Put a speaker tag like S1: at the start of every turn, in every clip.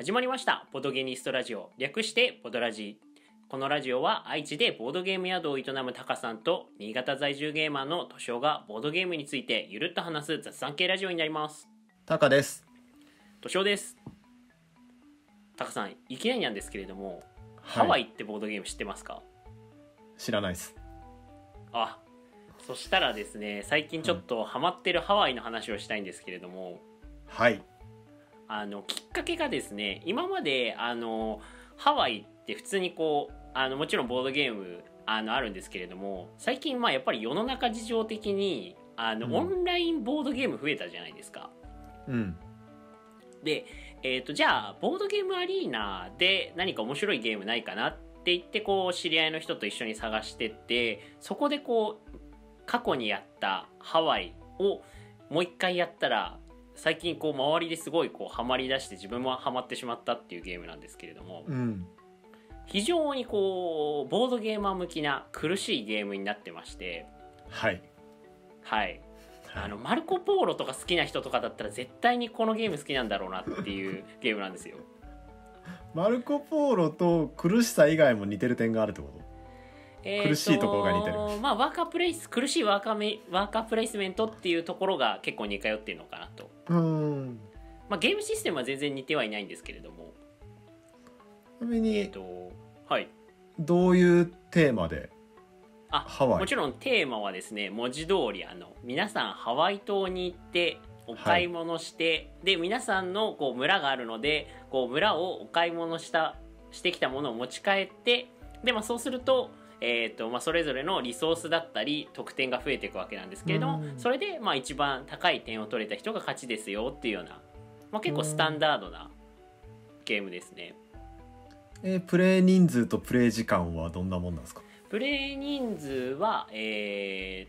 S1: 始まりましたボドゲニストラジオ、略してボドラジ。このラジオは愛知でボードゲーム宿を営むタカさんと新潟在住ゲーマーのトシオがボードゲームについてゆるっと話す雑談系ラジオになります。
S2: タカです。
S1: トシオです。タカさん、いきなりなんですけれども、
S2: はい、
S1: ハワイってボードゲーム知ってますか？
S2: 知らないです。
S1: あ、そしたらですね、最近ちょっとハマってるハワイの話をしたいんですけれども、
S2: はい。
S1: きっかけがですね、今までハワイって普通にこうもちろんボードゲームあるんですけれども、最近やっぱり世の中事情的にオンラインボードゲーム増えたじゃないですか。
S2: うん。
S1: で、じゃあボードゲームアリーナで何か面白いゲームないかなって言ってこう知り合いの人と一緒に探してって、そこでこう過去にやったハワイをもう一回やったら、最近こう周りですごいこうハマりだして自分もハマってしまったっていうゲームなんですけれども、
S2: うん、
S1: 非常にこうボードゲーマー向きな苦しいゲームになってまして、
S2: はい
S1: はい、マルコ・ポーロとか好きな人とかだったら絶対にこのゲーム好きなんだろうなっていうゲームなんですよ。
S2: マルコ・ポーロと苦しさ以外も似てる点があるってこと？苦しいところが似てる。
S1: ワーカープレイス、苦しいワーカープレイスメントっていうところが結構似通っているのかなと。ゲームシステムは全然似てはいないんですけれども、
S2: ちなみに、
S1: はい、
S2: どういうテーマでハワイ？
S1: もちろんテーマはですね、文字通り皆さんハワイ島に行ってお買い物して、で皆さんのこう村があるので、こう村をお買い物してきたものを持ち帰って、でそうするとそれぞれのリソースだったり得点が増えていくわけなんですけれども、それで一番高い点を取れた人が勝ちですよっていうような、結構スタンダードなゲームですね。
S2: プレイ人数とプレイ時間はどんなもんなんですか？
S1: プレイ人数はあれ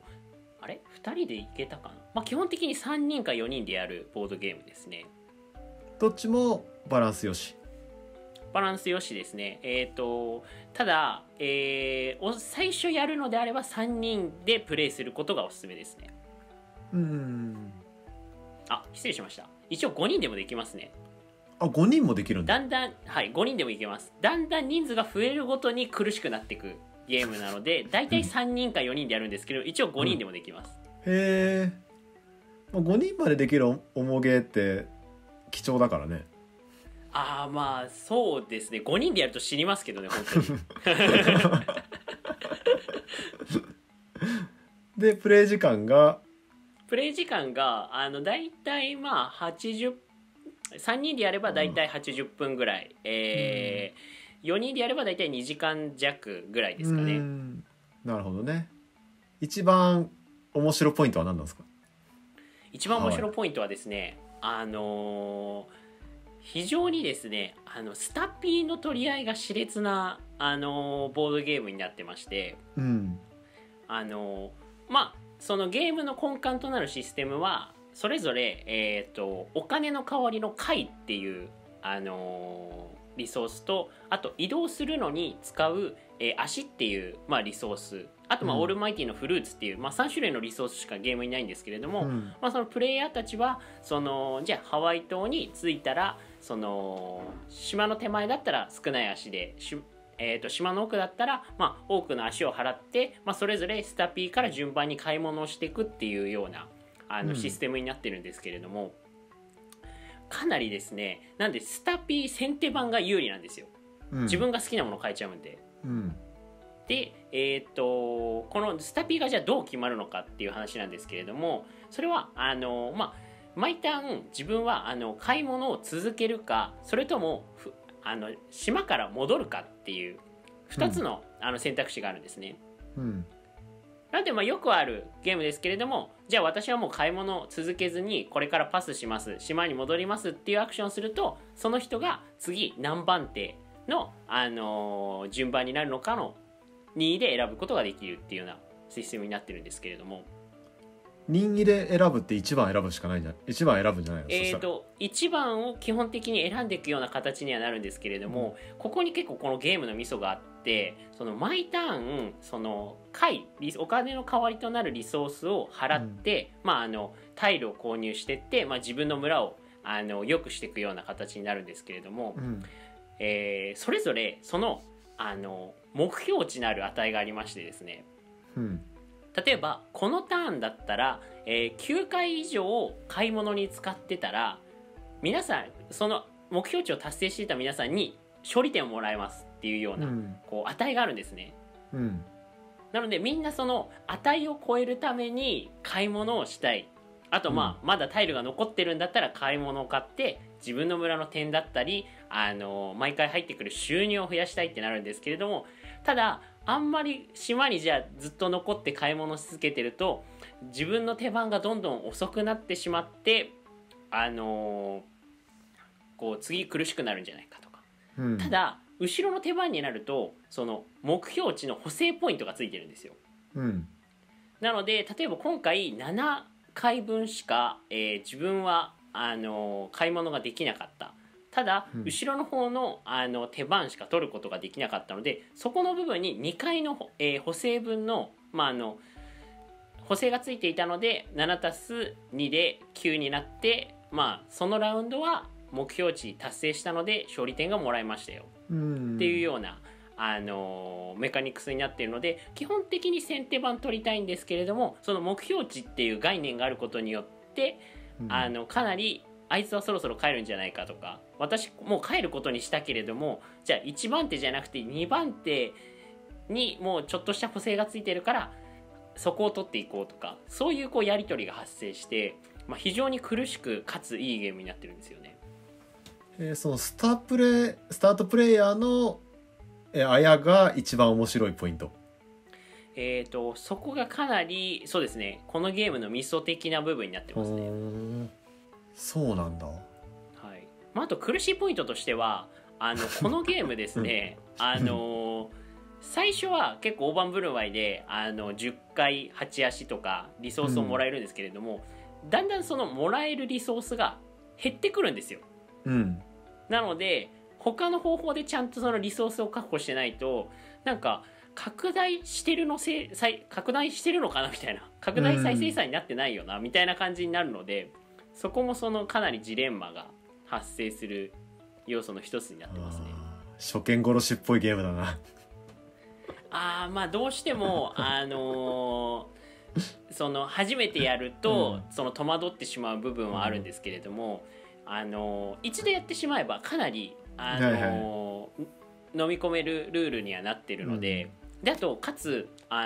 S1: 2人でいけたかな、基本的に3人か4人でやるボードゲームですね。
S2: どっちもバランスよし？
S1: バランスよしですね。ただ、最初やるのであれば3人でプレイすることがおすすめですね。失礼しました。一応5人でもできますね。
S2: 5人もできるんだ。
S1: だんだん、はい、5人でもいけます。だんだん人数が増えるごとに苦しくなっていくゲームなので、だいたい3人か4人でやるんですけど、一応5人でもできます。
S2: へえ。5人までできる重ゲーって貴重だからね。
S1: そうですね。5人でやると死にますけどね、本当に。
S2: でプレイ時間が
S1: だいたい80、3人でやればだいたい80分ぐらい、4人でやればだいたい2時間弱ぐらいですかね。
S2: なるほどね。一番面白ポイントは何なんですか？
S1: 一番面白ポイントはですね、非常にですね、スタピーの取り合いが熾烈な、ボードゲームになってまして、そのゲームの根幹となるシステムはそれぞれ、お金の代わりの貝っていう、リソースと、あと移動するのに使う、足っていう、リソース、あとオールマイティのフルーツっていう、3種類のリソースしかゲームにないんですけれども、そのプレイヤーたちはじゃあハワイ島に着いたら、島の手前だったら少ない足で、島の奥だったら、多くの足を払って、それぞれスタピーから順番に買い物をしていくっていうようなシステムになってるんですけれども、かなりですね、なんでスタピー先手番が有利なんですよ。自分が好きなものを買えちゃうんで。で、このスタピーがじゃあどう決まるのかっていう話なんですけれども、それは毎ターン自分は買い物を続けるか、それとも島から戻るかっていう2つの、選択肢があるんですね。なんでよくあるゲームですけれども、じゃあ私はもう買い物を続けずにこれからパスします、島に戻りますっていうアクションをすると、その人が次何番手の、順番になるのかの2位で選ぶことができるっていうようなシステムになってるんですけれども、
S2: 任意で選ぶって1番選ぶしかないんじゃない？ 1 番選ぶんじゃないの
S1: ？1番を基本的に選んでいくような形にはなるんですけれども、ここに結構このゲームのミソがあって、毎ターンお金の代わりとなるリソースを払って、タイルを購入していって、自分の村を良くしていくような形になるんですけれども、それぞれその目標値なる値がありましてですね、例えばこのターンだったら、9回以上買い物に使ってたら、皆さんその目標値を達成していた皆さんに勝利点をもらえますっていうような、こう値があるんですね。なのでみんなその値を超えるために買い物をしたい。あとまだタイルが残ってるんだったら買い物を買って自分の村の点だったり、毎回入ってくる収入を増やしたいってなるんですけれども、ただあんまり島にじゃあずっと残って買い物し続けてると自分の手番がどんどん遅くなってしまって、こう次苦しくなるんじゃないかとか、ただ後ろの手番になるとその目標値の補正ポイントがついてるんですよ。なので例えば今回7回分しか、自分は買い物ができなかった。ただ、後ろの方の手番しか取ることができなかったので、そこの部分に2回の、補正分の、補正がついていたので 7+2 で9になって、そのラウンドは目標値達成したので勝利点がもらえましたよっていうようなメカニクスになっているので、基本的に先手番取りたいんですけれども、その目標値っていう概念があることによってかなりあいつはそろそろ帰るんじゃないかとか、私もう帰ることにしたけれどもじゃあ1番手じゃなくて2番手にもうちょっとした補正がついてるからそこを取っていこうとか、そういうこうやり取りが発生して、非常に苦しくかついいゲームになってるんですよね。
S2: そのスタートプレイヤーのあやが一番面白いポイント。
S1: そこがかなりそうですね、このゲームのミソ的な部分になってますね。
S2: そうなんだ。
S1: はい。あと苦しいポイントとしてはこのゲームですね最初は結構大盤振る舞いで10回8足とかリソースをもらえるんですけれども、だんだんそのもらえるリソースが減ってくるんですよ。なので他の方法でちゃんとそのリソースを確保してないと、なんか拡大してるのかなみたいな、拡大再生産になってないよなみたいな感じになるので、そこもそのかなりジレンマが発生する要素の一つになってますね。
S2: 初見殺しっぽいゲームだな。
S1: どうしてもその初めてやると、その戸惑ってしまう部分はあるんですけれども、一度やってしまえばかなり飲み込めるルールにはなっているので、であとかつ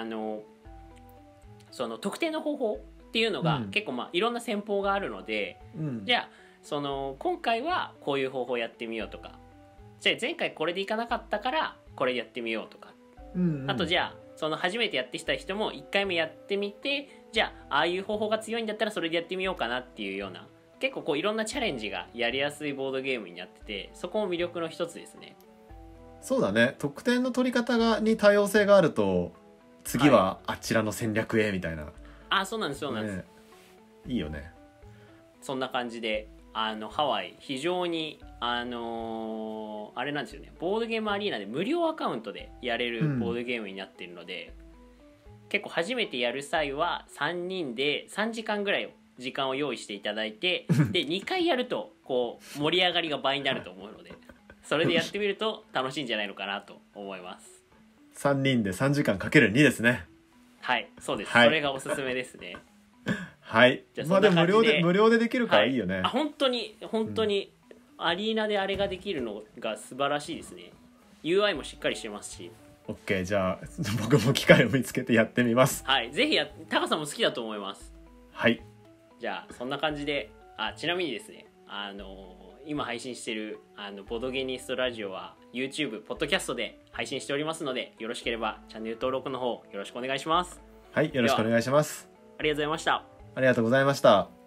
S1: その特定の方法っていうのが結構いろんな戦法があるので、じゃあその今回はこういう方法やってみようとか、じゃあ前回これでいかなかったからこれやってみようとか、あとじゃあその初めてやってきた人も1回目やってみて、じゃあああいう方法が強いんだったらそれでやってみようかなっていうような、結構こういろんなチャレンジがやりやすいボードゲームになってて、そこも魅力の一つですね。
S2: そうだね、得点の取り方に多様性があると次はあちらの戦略へみたいな、
S1: そうなんですそうなんです、
S2: いいよね。
S1: そんな感じでハワイ非常にあれなんですよね、ボードゲームアリーナで無料アカウントでやれるボードゲームになっているので、結構初めてやる際は3人で3時間ぐらい時間を用意していただいてで2回やるとこう盛り上がりが倍になると思うので、それでやってみると楽しいんじゃないのかなと思います。
S2: 3人で3時間かける2ですね。
S1: はいそうです、それがおすすめですね。
S2: はい。でも無料でできるからいいよね。
S1: 本当にアリーナであれができるのが素晴らしいですね。 UI もしっかりしてますし。
S2: OK、 じゃあ僕も機会を見つけてやってみます。
S1: ぜひタカさんも好きだと思います。
S2: はい。
S1: じゃあそんな感じでちなみにですね今配信しているボドゲニストラジオは YouTube、ポッドキャストで配信しておりますので、よろしければチャンネル登録の方よろしくお願いします。
S2: はい、よろしくお願いします。
S1: ありがとうございました。
S2: ありがとうございました。